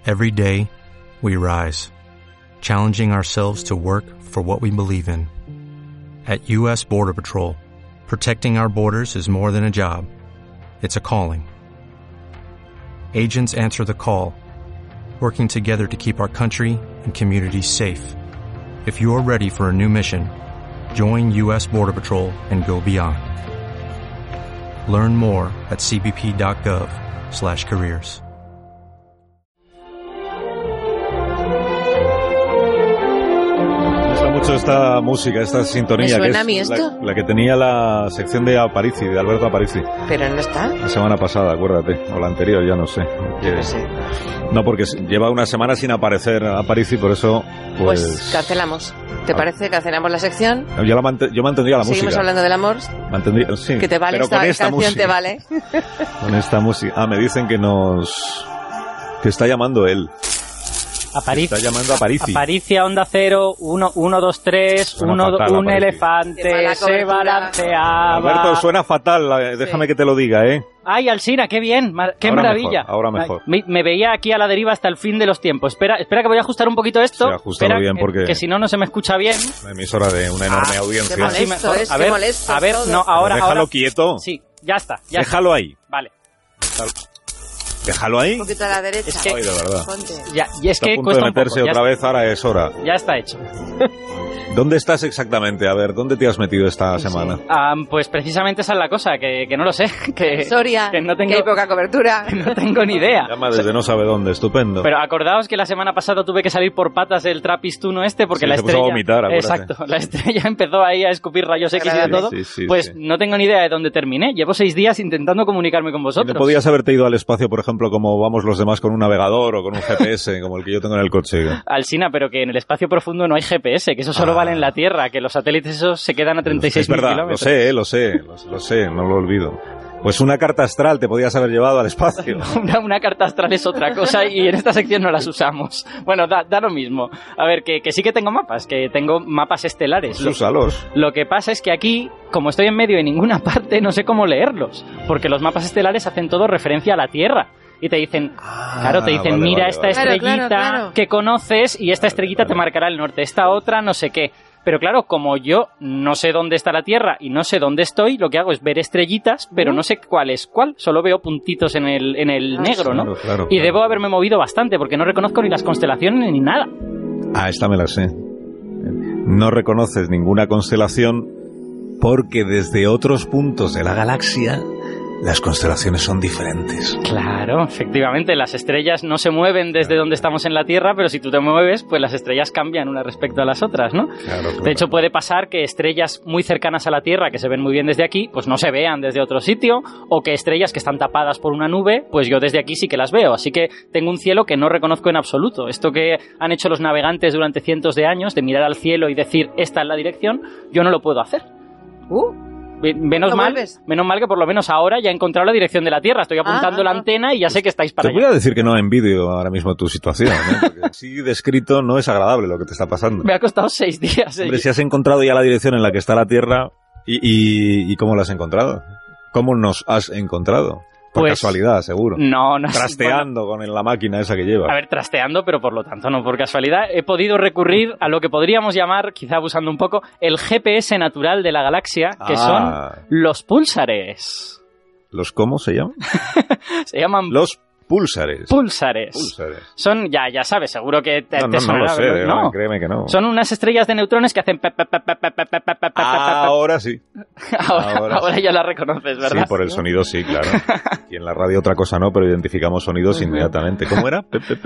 Every day, we rise, challenging ourselves to work for what we believe in. At U.S. Border Patrol, protecting our borders is more than a job. It's a calling. Agents answer the call, working together to keep our country and communities safe. If you're ready for a new mission, join U.S. Border Patrol and go beyond. Learn more at cbp.gov/careers. Mucho esta música, esta sintonía. ¿Me suena que es a mí esto? la que tenía la sección de Aparici, de Alberto Aparici. Pero no está. La semana pasada, acuérdate. O la anterior, ya no sé. Yo no sé. No, porque lleva una semana sin aparecer Aparici, por eso... Pues cancelamos. ¿Te parece? Cancelamos la sección. Yo mantendría la música. Seguimos hablando del amor. Sí. Que te vale pero esta con esta canción, música. te vale. Con esta música. Ah, me dicen que que está llamando él. Aparici. Está llamando a Aparici. Aparici a Onda Cero, 1, 2, 3, un elefante se balanceaba. Alberto, suena fatal, déjame que te lo diga, ¿eh? Ay, Alsina, qué bien, qué ahora maravilla. Mejor, ahora mejor. Me veía aquí a la deriva hasta el fin de los tiempos. Espera que voy a ajustar un poquito esto. Sí, ajustalo bien porque... Que si no se me escucha bien. Una emisora de una enorme audiencia. Qué molesto es, qué molesto. A ver, todo. no, ahora... Déjalo quieto. Sí, ya está. Déjalo ahí. Vale. Déjalo ahí. Un poquito a la derecha. Es que, ay, de verdad. Y es que a punto cuesta de meterse un poco. otra vez, ahora es hora. Ya está hecho. ¿Dónde estás exactamente? A ver, ¿dónde te has metido esta semana? Pues precisamente esa es la cosa, que no lo sé. Soria, que no tengo, que hay poca cobertura. Que no tengo ni idea. Llama desde no sabe dónde, estupendo. Pero acordaos que la semana pasada tuve que salir por patas del trapistuno porque la se estrella... puso a vomitar, acuérdate. Exacto, la estrella empezó ahí a escupir rayos X y de todo. Sí, pues no tengo ni idea de dónde terminé. Llevo 6 días intentando comunicarme con vosotros. ¿No podías haberte ido al espacio, por ejemplo, como vamos los demás con un navegador o con un GPS, como el que yo tengo en el coche? Alsina, pero que en el espacio profundo no hay GPS, que eso solo vale en la Tierra, que los satélites esos se quedan a 36.000 kilómetros. Lo sé, no lo olvido. Pues una carta astral te podías haber llevado al espacio. Una carta astral es otra cosa y en esta sección no las usamos. Bueno, da lo mismo. A ver, que sí que tengo mapas, que tengo mapas estelares. Pues úsalos. Lo que pasa es que aquí, como estoy en medio de ninguna parte, no sé cómo leerlos, porque los mapas estelares hacen todo referencia a la Tierra. Y te dicen, mira esta estrellita que conoces y esta estrellita te marcará el norte, esta otra no sé qué. Pero claro, como yo no sé dónde está la Tierra y no sé dónde estoy, lo que hago es ver estrellitas, pero no sé cuál es cuál. Solo veo puntitos en el negro, ¿no? Claro, y debo haberme movido bastante, porque no reconozco ni las constelaciones ni nada. Esta me la sé. No reconoces ninguna constelación porque desde otros puntos de la galaxia las constelaciones son diferentes. Claro, efectivamente, las estrellas no se mueven desde donde estamos en la Tierra, pero si tú te mueves, pues las estrellas cambian una respecto a las otras, ¿no? Claro. De hecho, puede pasar que estrellas muy cercanas a la Tierra, que se ven muy bien desde aquí, pues no se vean desde otro sitio, o que estrellas que están tapadas por una nube, pues yo desde aquí sí que las veo. Así que tengo un cielo que no reconozco en absoluto. Esto que han hecho los navegantes durante cientos de años, de mirar al cielo y decir, esta es la dirección, yo no lo puedo hacer. Menos mal que por lo menos ahora ya he encontrado la dirección de la Tierra. Estoy apuntando la antena y ya sé que estáis para allá. Te voy a decir que no envidio ahora mismo tu situación, ¿eh? Porque así descrito no es agradable lo que te está pasando. Me ha costado 6 días. Hombre, si has encontrado ya la dirección en la que está la Tierra, ¿y cómo la has encontrado? ¿Cómo nos has encontrado? Por casualidad, seguro. No. Trasteando con la máquina esa que lleva. A ver, trasteando, pero por lo tanto no por casualidad. He podido recurrir a lo que podríamos llamar, quizá abusando un poco, el GPS natural de la galaxia, que son los púlsares. ¿Los cómo se llaman? Se llaman... Los púlsares. Son, ya sabes, seguro que te sonará. No lo sé, ¿no? Créeme que no. Son unas estrellas de neutrones que hacen... Ahora sí. Ahora ya las reconoces, ¿verdad? Sí, por el sonido sí, claro. Y en la radio otra cosa no, pero identificamos sonidos inmediatamente. ¿Cómo era?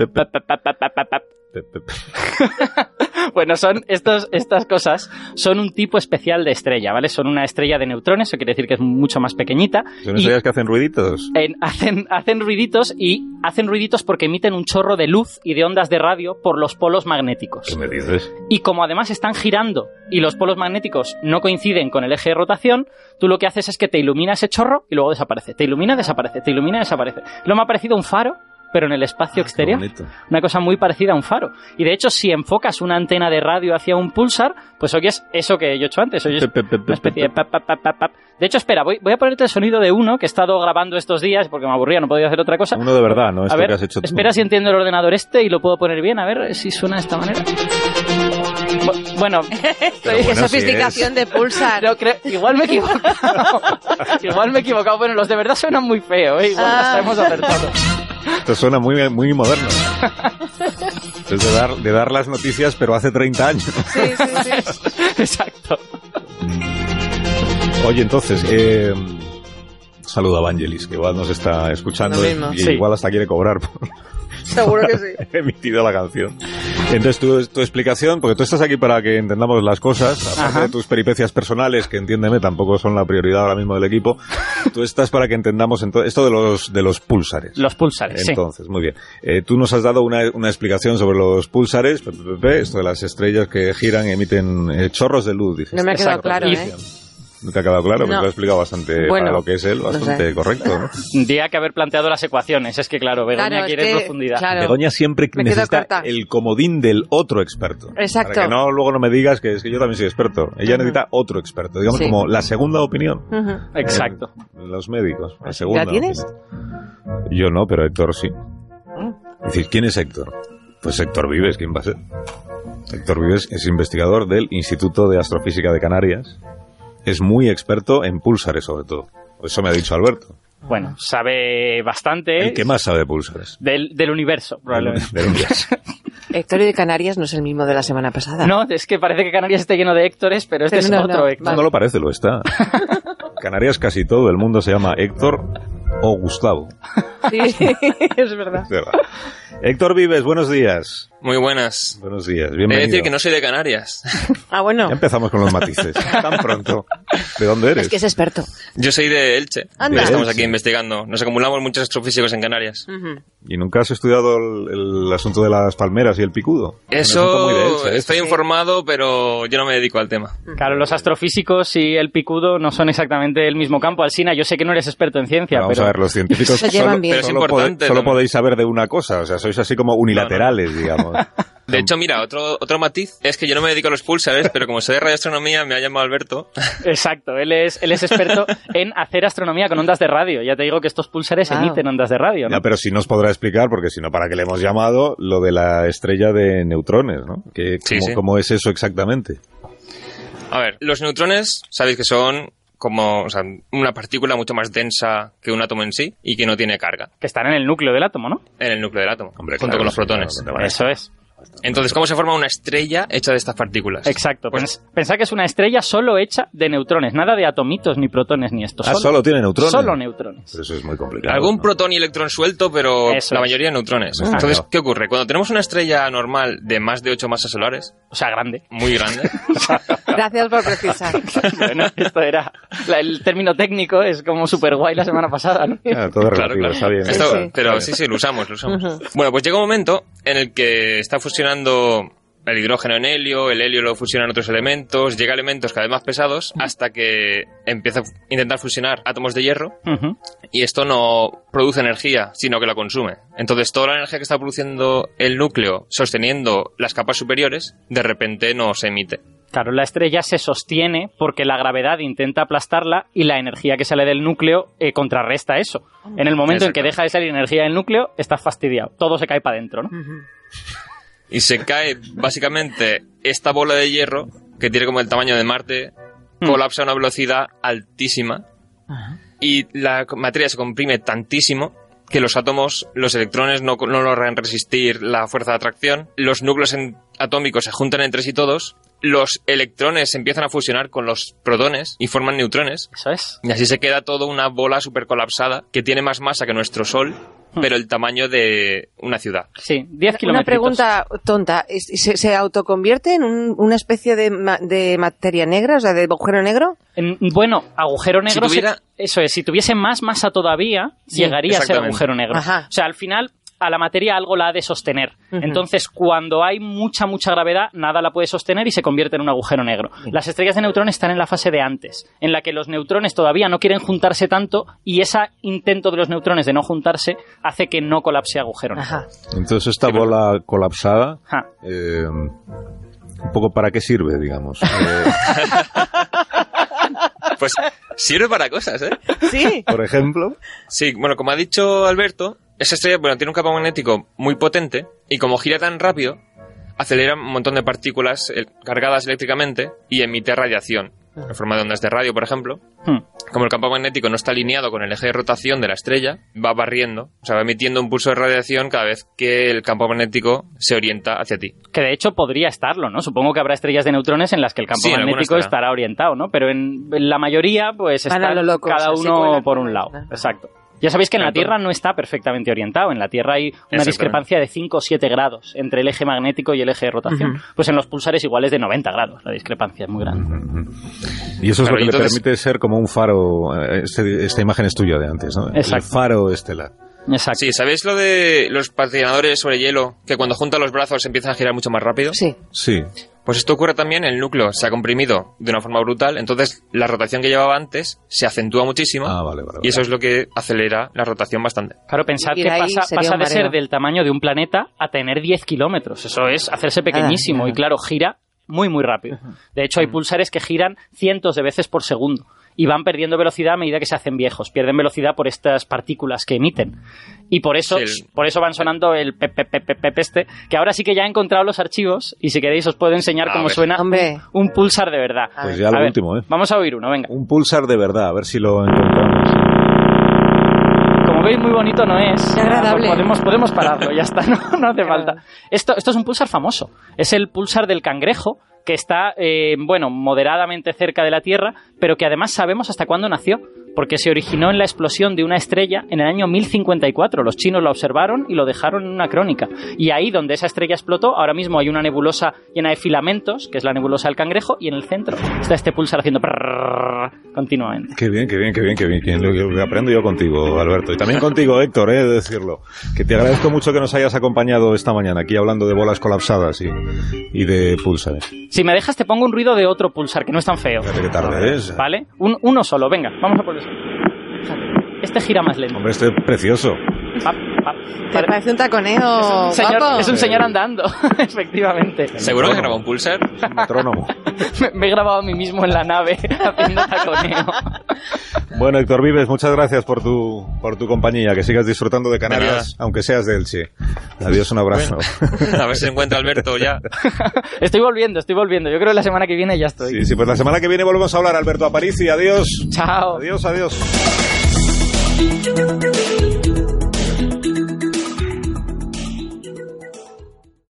Bueno, son estas cosas son un tipo especial de estrella, ¿vale? Son una estrella de neutrones, eso quiere decir que es mucho más pequeñita. ¿Son estrellas que hacen ruiditos? Hacen ruiditos porque emiten un chorro de luz y de ondas de radio por los polos magnéticos. ¿Qué me dices? Y como además están girando y los polos magnéticos no coinciden con el eje de rotación, tú lo que haces es que te ilumina ese chorro y luego desaparece. Te ilumina, desaparece, te ilumina, desaparece. Luego me ha parecido un faro pero en el espacio exterior. Bonito. Una cosa muy parecida a un faro. Y de hecho, si enfocas una antena de radio hacia un pulsar, pues oyes eso que yo he hecho antes. Oyes una especie de pap, pap, pap, pap, pap. De hecho, espera, voy a ponerte el sonido de uno que he estado grabando estos días porque me aburría, no podía hacer otra cosa. Uno de verdad, ¿no? Esto a ver, que has hecho tú. Espera si entiendo el ordenador y lo puedo poner bien. A ver si suena de esta manera. Bueno, Qué sofisticación de pulsar. igual me he equivocado. Igual me he equivocado. Bueno, los de verdad suenan muy feo, ¿eh? Igual hasta hemos acertado. Esto suena muy, muy moderno. Es de dar las noticias, pero hace 30 años. Sí. Exacto. Oye, entonces, saludo a Vangelis, que igual nos está escuchando Lo mismo. y Sí. igual hasta quiere cobrar por Seguro que sí. emitido la canción. Entonces, tu explicación, porque tú estás aquí para que entendamos las cosas, aparte de tus peripecias personales, que entiéndeme, tampoco son la prioridad ahora mismo del equipo, tú estás para que entendamos esto de los púlsares. Los púlsares, Entonces, muy bien. Tú nos has dado una explicación sobre los púlsares, esto de las estrellas que giran y emiten chorros de luz, dices. No me ha quedado Exacto. claro, Y- ¿eh? ¿No te ha quedado claro? Porque No. lo ha explicado bastante, Bueno, para lo que es él, bastante no sé. correcto, ¿no? Tendría que haber planteado las ecuaciones. Es que, claro, Begoña Claro, es quiere que, profundidad. claro. Begoña siempre Me quedo necesita corta. el comodín del otro experto. Exacto. Para que no, luego no me digas que es que yo también soy experto. Ella necesita otro experto, digamos Sí. como la segunda opinión. Ujú. Exacto. Los médicos, la segunda. ¿La tienes? opinión. Yo no, pero Héctor sí. Decir, ¿quién es Héctor? Pues Héctor Vives, ¿quién va a ser? Héctor Vives es investigador del Instituto de Astrofísica de Canarias. Es muy experto en púlsares, sobre todo. Eso me ha dicho Alberto. Bueno, sabe bastante El que más sabe de púlsares. del universo, probablemente. Del universo. Héctor de Canarias no es el mismo de la semana pasada. No, es que parece que Canarias esté lleno de Héctores, pero este Pero es no, otro no. Héctor. No lo parece, lo está. Canarias casi todo el mundo se llama Héctor o Gustavo. Sí, es verdad. Es verdad. Héctor Vives, buenos días. Muy buenas. Buenos días, He de bienvenido. decir que no soy de Canarias. Ah, bueno. Ya empezamos con los matices. Tan pronto. ¿De dónde eres? Es que es experto. Yo soy de Elche. Anda. Estamos De aquí Elche. investigando. Nos acumulamos muchos astrofísicos en Canarias. Ujú. ¿Y nunca has estudiado el asunto de las palmeras y el picudo? Un asunto muy de Eso, Elche, ¿eh? estoy informado, pero yo no me dedico al tema. Claro, los astrofísicos y el picudo no son exactamente el mismo campo. Alsina, yo sé que no eres experto en ciencia, Vamos pero... a ver, los científicos Se llevan bien. Pero es solo importante solo también. podéis saber de una cosa, o sea, sois así como unilaterales, digamos. De hecho, mira, otro matiz es que yo no me dedico a los púlsares, pero como soy de radioastronomía, me ha llamado Alberto. Exacto, él es experto en hacer astronomía con ondas de radio. Ya te digo que estos púlsares Wow. emiten ondas de radio, ¿no? Ya, pero si nos podrá explicar, porque si no, ¿para qué le hemos llamado lo de la estrella de neutrones, ¿no? Sí, sí. ¿Cómo es eso exactamente? A ver, los neutrones, sabéis que son como, o sea, una partícula mucho más densa que un átomo en sí y que no tiene carga Que están en el núcleo del átomo, ¿no? en el núcleo del átomo, Hombre, junto claro, con los sí, protones. claro, vale. Eso es. Entonces, ¿cómo se forma una estrella hecha de estas partículas? Exacto. Pues, Pensad que es una estrella solo hecha de neutrones, nada de atomitos, ni protones, ni esto. Solo tiene neutrones. Solo neutrones. Pero eso es muy complicado. algún ¿no? protón y electrón suelto, pero Eso la es. mayoría neutrones. Ah, Entonces, no. ¿qué ocurre? Cuando tenemos una estrella normal de más de 8 masas solares, O sea, grande. muy grande, Gracias por precisar. Bueno, esto era... el término técnico es como super guay la semana pasada, ¿no? Ah, todo claro, relativo, claro. está bien. Esto- Sí, sí. Pero sí, lo usamos. Bueno, pues llega un momento en el que está fusionando el hidrógeno en helio, el helio lo fusiona en otros elementos, llega a elementos cada vez más pesados hasta que empieza a intentar fusionar átomos de hierro Ujú. y esto no produce energía, sino que la consume. Entonces toda la energía que está produciendo el núcleo sosteniendo las capas superiores, de repente no se emite. Claro, la estrella se sostiene porque la gravedad intenta aplastarla y la energía que sale del núcleo contrarresta eso. En el momento en que Exacto. deja de salir energía del núcleo, estás fastidiado. Todo se cae para adentro, ¿no? Y se cae básicamente esta bola de hierro, que tiene como el tamaño de Marte, colapsa a una velocidad altísima y la materia se comprime tantísimo que los átomos, los electrones no logran resistir la fuerza de atracción, los núcleos atómicos se juntan entre sí todos, los electrones se empiezan a fusionar con los protones y forman neutrones, Eso es. y así se queda toda una bola súper colapsada que tiene más masa que nuestro Sol, pero el tamaño de una ciudad. Sí, 10 kilómetros. Una pregunta tonta. ¿Se autoconvierte en una especie de materia negra, o sea, de agujero negro? Bueno, agujero negro... Si tuviera- eso es, si tuviese más masa todavía, Sí, llegaría a ser exactamente. agujero negro. Ajá. O sea, al final... a la materia algo la ha de sostener. Entonces, cuando hay mucha gravedad, nada la puede sostener y se convierte en un agujero negro. Las estrellas de neutrones están en la fase de antes, en la que los neutrones todavía no quieren juntarse tanto y ese intento de los neutrones de no juntarse hace que no colapse agujero negro. Entonces, esta bola colapsada, un poco ¿para qué sirve, digamos? Pues sirve para cosas, ¿eh? Sí. Por ejemplo. Sí, bueno, como ha dicho Alberto, esa estrella, tiene un campo magnético muy potente y como gira tan rápido, acelera un montón de partículas cargadas eléctricamente y emite radiación, en forma de ondas de radio, por ejemplo. Como el campo magnético no está alineado con el eje de rotación de la estrella, va barriendo, o sea, va emitiendo un pulso de radiación cada vez que el campo magnético se orienta hacia ti. Que de hecho podría estarlo, ¿no? Supongo que habrá estrellas de neutrones en las que el campo magnético estará orientado, ¿no? Pero en la mayoría, pues está cada uno por un lado. Exacto. Ya sabéis que en la Tierra no está perfectamente orientado. En la Tierra hay una discrepancia de 5 o 7 grados entre el eje magnético y el eje de rotación. Pues en los pulsares igual es de 90 grados. La discrepancia es muy grande. Y eso es lo que le permite ser como un faro. Esta imagen es tuya de antes, ¿no? Exacto. El faro estelar. Exacto. Sí, ¿sabéis lo de los patinadores sobre hielo? Que cuando juntan los brazos empiezan a girar mucho más rápido. Sí. Pues esto ocurre también, el núcleo se ha comprimido de una forma brutal, entonces la rotación que llevaba antes se acentúa muchísimo y eso es lo que acelera la rotación bastante. Claro, pensad que pasa de ser del tamaño de un planeta a tener 10 kilómetros. Eso es hacerse pequeñísimo y claro, gira muy rápido. De hecho, hay pulsares que giran cientos de veces por segundo y van perdiendo velocidad a medida que se hacen viejos. Pierden velocidad por estas partículas que emiten. Y por eso van sonando el pep este, que ahora sí que ya he encontrado los archivos y si queréis os puedo enseñar cómo suena un pulsar de verdad. Pues ya lo último, ¿eh? Vamos a oír uno, venga. Un pulsar de verdad, a ver si lo encontramos. Como veis, muy bonito no es. Qué agradable. Podemos pararlo, ya está, no hace falta. Esto es un pulsar famoso. Es el pulsar del cangrejo, que está, moderadamente cerca de la Tierra, pero que además sabemos hasta cuándo nació, porque se originó en la explosión de una estrella en el año 1054. Los chinos la observaron y lo dejaron en una crónica. Y ahí donde esa estrella explotó, ahora mismo hay una nebulosa llena de filamentos, que es la nebulosa del cangrejo, y en el centro está este pulsar haciendo continuamente. Qué bien. Lo aprendo yo contigo, Alberto. Y también contigo, Héctor, de decirlo. Que te agradezco mucho que nos hayas acompañado esta mañana aquí hablando de bolas colapsadas y de pulsares. Si me dejas, te pongo un ruido de otro pulsar, que no es tan feo. Fíjate qué tarde es. ¿Vale? Uno solo, venga, vamos a por eso. Este gira más lento. Hombre, este es precioso. Te parece un taconeo. Es un señor andando, efectivamente. ¿Seguro que grabó un pulsar? Es un metrónomo. Me he grabado a mí mismo en la nave haciendo taconeo. Bueno, Héctor Vives, muchas gracias por tu compañía. Que sigas disfrutando de Canarias, aunque seas de Elche. Adiós, un abrazo. Bueno, a ver si encuentra Alberto ya. Estoy volviendo. Yo creo que la semana que viene ya estoy. Sí, pues la semana que viene volvemos a hablar, Alberto Aparici. Adiós. Chao. Adiós.